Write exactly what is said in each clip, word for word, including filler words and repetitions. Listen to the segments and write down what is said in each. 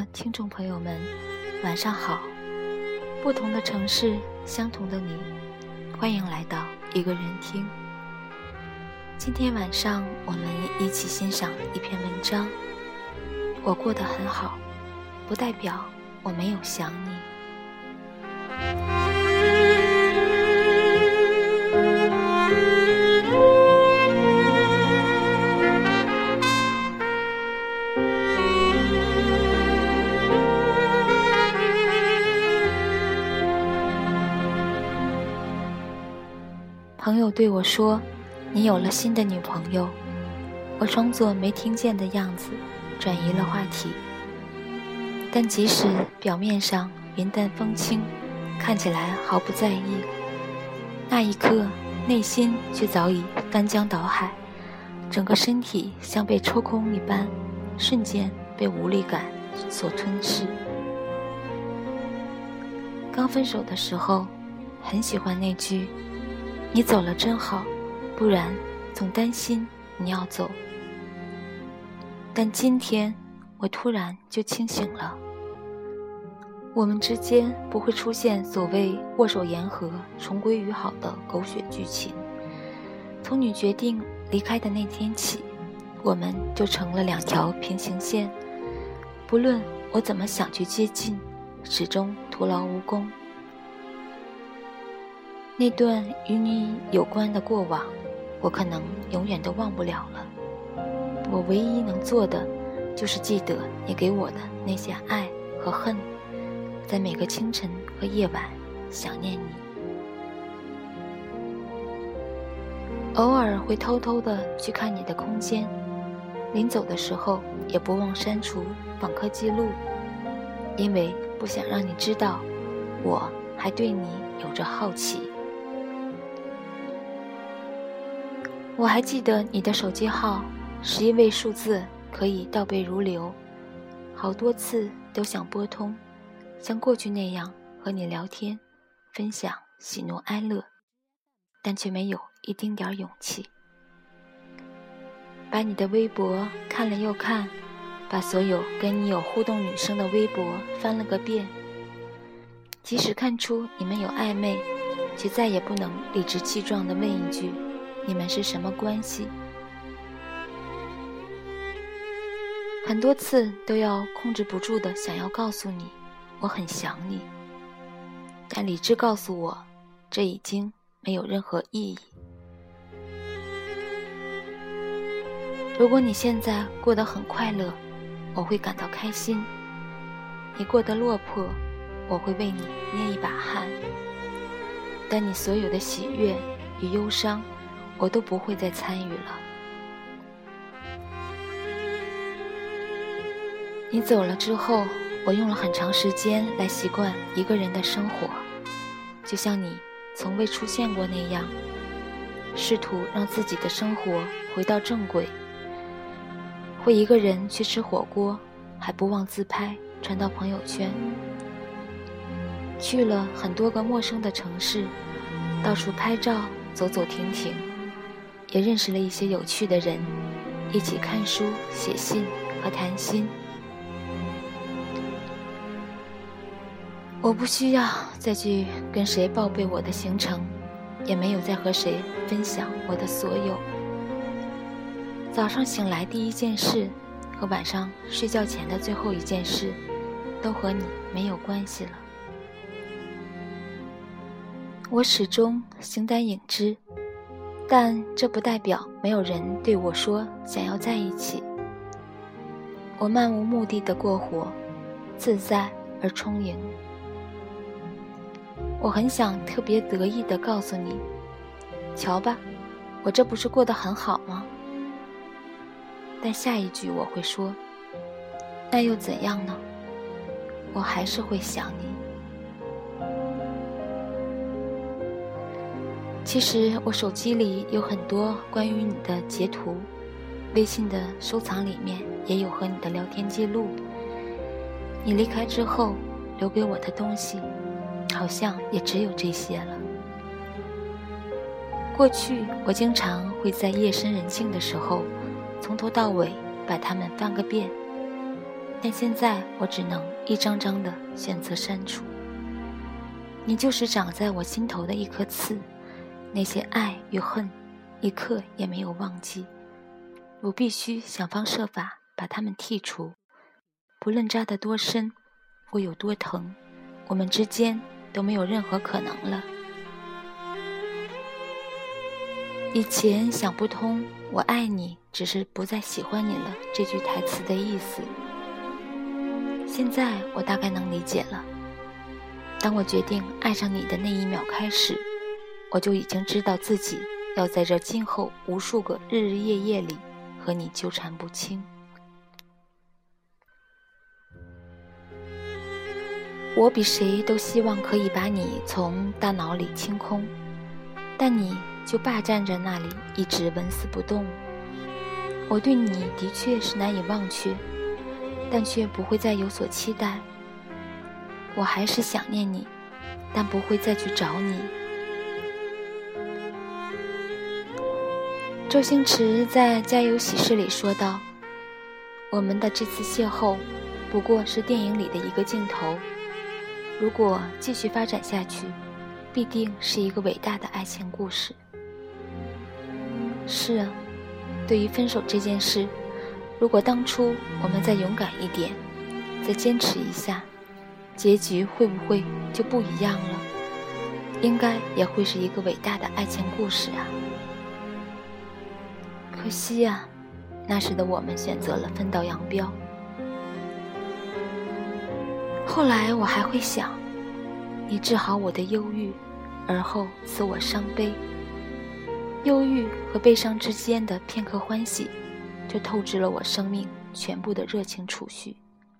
听众朋友们，晚上好。不同的城市，相同的你，欢迎来到一个人听。今天晚上我们一起欣赏一篇文章。我过得很好，不代表我没有想你。朋友对我说，你有了新的女朋友。我装作没听见的样子，转移了话题。但即使表面上云淡风轻，看起来毫不在意，那一刻内心却早已翻江倒海，整个身体像被抽空一般，瞬间被无力感所吞噬。刚分手的时候，很喜欢那句你走了真好，不然总担心你要走。但今天我突然就清醒了，我们之间不会出现所谓握手言和重归于好的狗血剧情。从你决定离开的那天起，我们就成了两条平行线，不论我怎么想去接近，始终徒劳无功。那段与你有关的过往，我可能永远都忘不了了。我唯一能做的，就是记得你给我的那些爱和恨，在每个清晨和夜晚想念你。偶尔会偷偷的去看你的空间，临走的时候也不忘删除访客记录，因为不想让你知道，我还对你有着好奇。我还记得你的手机号，十一位数字可以倒背如流，好多次都想拨通，像过去那样和你聊天，分享喜怒哀乐，但却没有一丁点勇气。把你的微博看了又看，把所有跟你有互动女生的微博翻了个遍，即使看出你们有暧昧，却再也不能理直气壮地问一句，你们是什么关系？很多次都要控制不住的想要告诉你，我很想你，但理智告诉我，这已经没有任何意义。如果你现在过得很快乐，我会感到开心；你过得落魄，我会为你捏一把汗。但你所有的喜悦与忧伤，我都不会再参与了。你走了之后，我用了很长时间来习惯一个人的生活，就像你从未出现过那样，试图让自己的生活回到正轨。会一个人去吃火锅，还不忘自拍传到朋友圈。去了很多个陌生的城市，到处拍照走走停停，也认识了一些有趣的人，一起看书写信和谈心。我不需要再去跟谁报备我的行程，也没有再和谁分享我的所有。早上醒来第一件事和晚上睡觉前的最后一件事，都和你没有关系了。我始终形单影只，但这不代表没有人对我说想要在一起。我漫无目的的过活，自在而充盈。我很想特别得意地告诉你，瞧吧，我这不是过得很好吗？但下一句我会说，那又怎样呢？我还是会想你。其实我手机里有很多关于你的截图，微信的收藏里面也有和你的聊天记录。你离开之后留给我的东西，好像也只有这些了。过去我经常会在夜深人静的时候，从头到尾把它们翻个遍， 但现在我只能一张张的选择删除。你就是长在我心头的一颗刺，那些爱与恨，一刻也没有忘记。我必须想方设法把它们剔除，不论扎得多深，或有多疼，我们之间都没有任何可能了。以前想不通我爱你只是不再喜欢你了这句台词的意思，现在我大概能理解了。当我决定爱上你的那一秒开始，我就已经知道自己要在这今后无数个日日夜夜里和你纠缠不清。我比谁都希望可以把你从大脑里清空，但你就霸占着那里，一直纹丝不动。我对你的确是难以忘却，但却不会再有所期待。我还是想念你，但不会再去找你。周星驰在《家有喜事》里说道，我们的这次邂逅不过是电影里的一个镜头，如果继续发展下去，必定是一个伟大的爱情故事。是啊，对于分手这件事，如果当初我们再勇敢一点，再坚持一下，结局会不会就不一样了？应该也会是一个伟大的爱情故事啊。可惜啊，那时的我们选择了分道扬镳。后来我还会想，你治好我的忧郁，而后赐我伤悲。忧郁和悲伤之间的片刻欢喜，就透支了我生命全部的热情储蓄。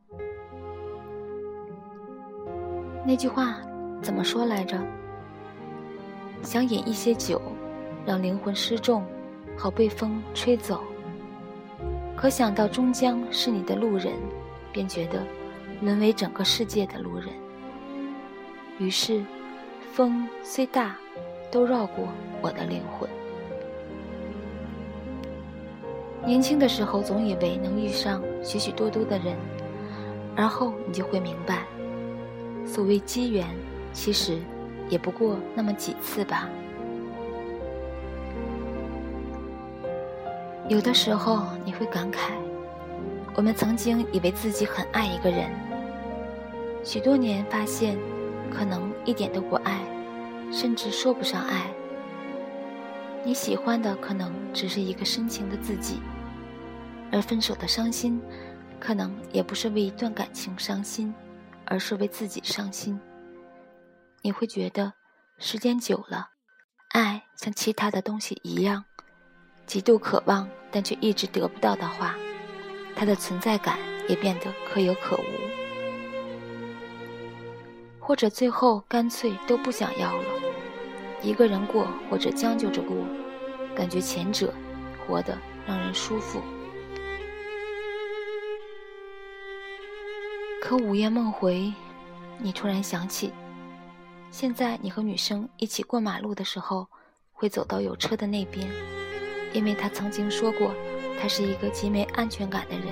那句话怎么说来着？想饮一些酒，让灵魂失重，好被风吹走。可想到终将是你的路人，便觉得沦为整个世界的路人。于是风虽大，都绕过我的灵魂。年轻的时候总以为能遇上许许多多的人，而后你就会明白，所谓机缘，其实也不过那么几次吧。有的时候你会感慨，我们曾经以为自己很爱一个人，许多年发现可能一点都不爱，甚至说不上爱。你喜欢的可能只是一个深情的自己，而分手的伤心可能也不是为一段感情伤心，而是为自己伤心。你会觉得时间久了，爱像其他的东西一样，极度渴望但却一直得不到的话，它的存在感也变得可有可无。或者最后干脆都不想要了，一个人过或者将就着过，感觉前者活得让人舒服。可午夜梦回，你突然想起，现在你和女生一起过马路的时候，会走到有车的那边，因为他曾经说过，他是一个极没安全感的人。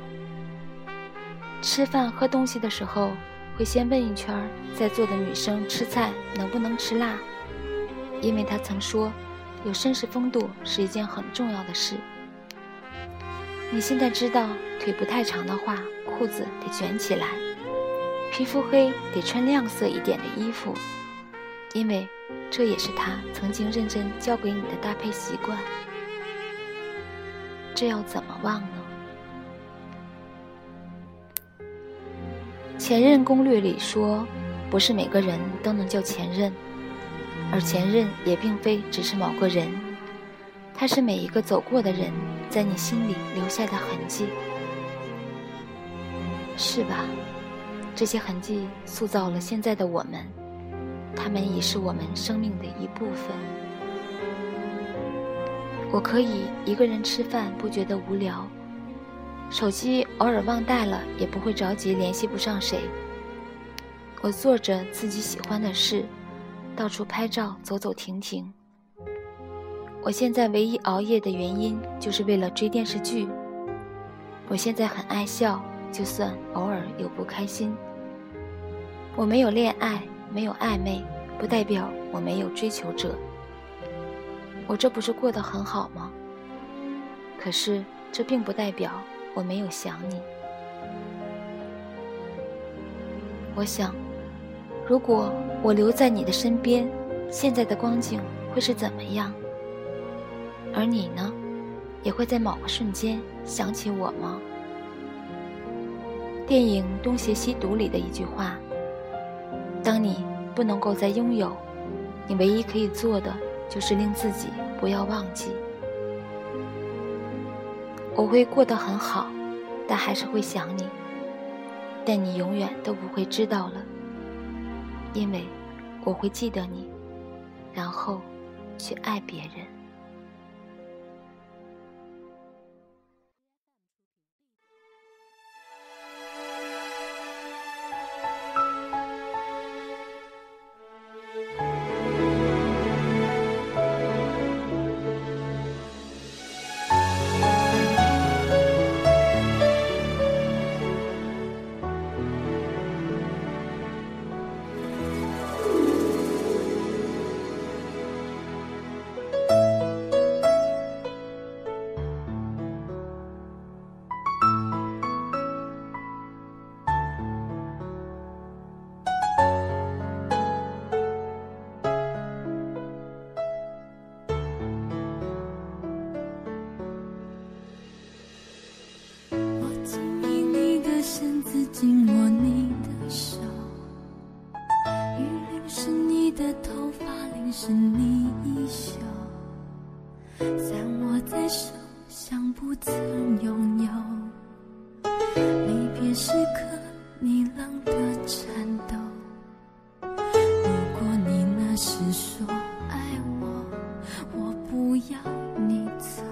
吃饭喝东西的时候，会先问一圈在座的女生吃菜能不能吃辣，因为他曾说，有绅士风度是一件很重要的事。你现在知道，腿不太长的话，裤子得卷起来，皮肤黑得穿亮色一点的衣服，因为这也是他曾经认真教给你的搭配习惯。这要怎么忘呢？前任攻略里说，不是每个人都能叫前任，而前任也并非只是某个人，他是每一个走过的人在你心里留下的痕迹。是吧？这些痕迹塑造了现在的我们，他们已是我们生命的一部分。我可以一个人吃饭不觉得无聊，手机偶尔忘带了也不会着急联系不上谁。我做着自己喜欢的事，到处拍照走走停停。我现在唯一熬夜的原因就是为了追电视剧。我现在很爱笑， 就算偶尔有不开心。我没有恋爱，没有暧昧，不代表我没有追求者。我这不是过得很好吗？可是这并不代表我没有想你。我想，如果我留在你的身边，现在的光景会是怎么样？而你呢，也会在某个瞬间想起我吗？电影《东邪西毒》里的一句话，当你不能够再拥有，你唯一可以做的就是令自己不要忘记。我会过得很好，但还是会想你，但你永远都不会知道了，因为我会记得你，然后去爱别人。 紧握你的手，雨淋湿你的头发，淋湿你衣袖，散落在手，像不曾拥有。离别时刻，你冷的颤抖。如果你那时说爱我，我不要你走。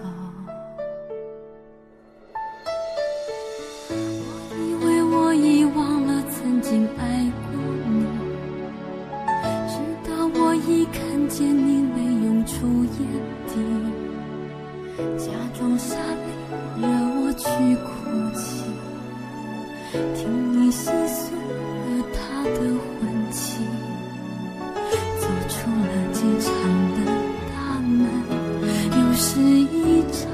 曾经爱过你，直到我一看见你泪涌出眼底，假装傻泪惹我去哭泣，听你细诉了他的婚期，走出了机场的大门，又是一场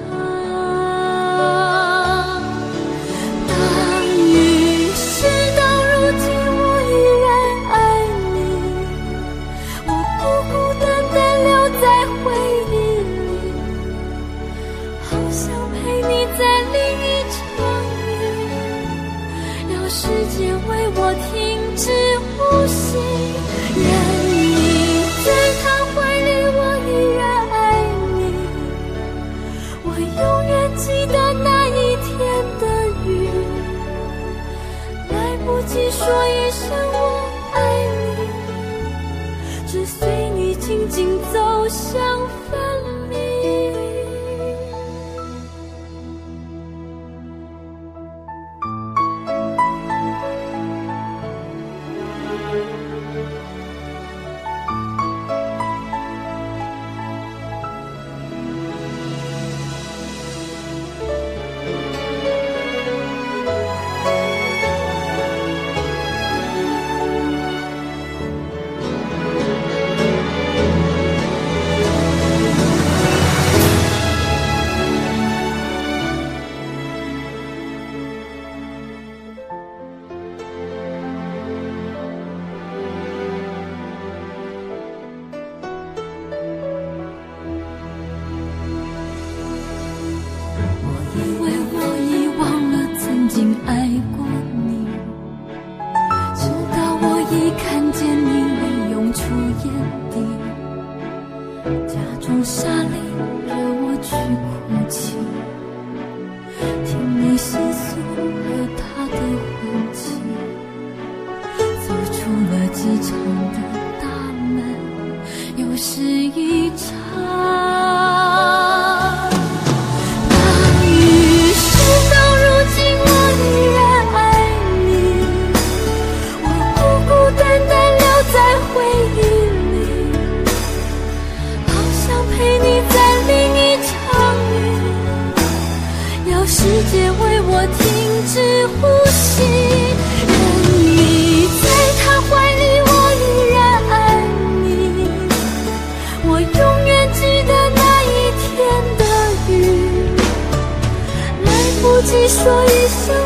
世界为我停止呼吸，任你在他怀里，我依然爱你。我永远记得那一天的雨，来不及说一声我爱你，只随你静静走向分离。曾经爱过你，直到我一看见你泪涌出眼底，假装傻泪惹我去哭泣，听你细诉了他的婚期，走出了机场的大门，又是一场世界为我停止呼吸。 想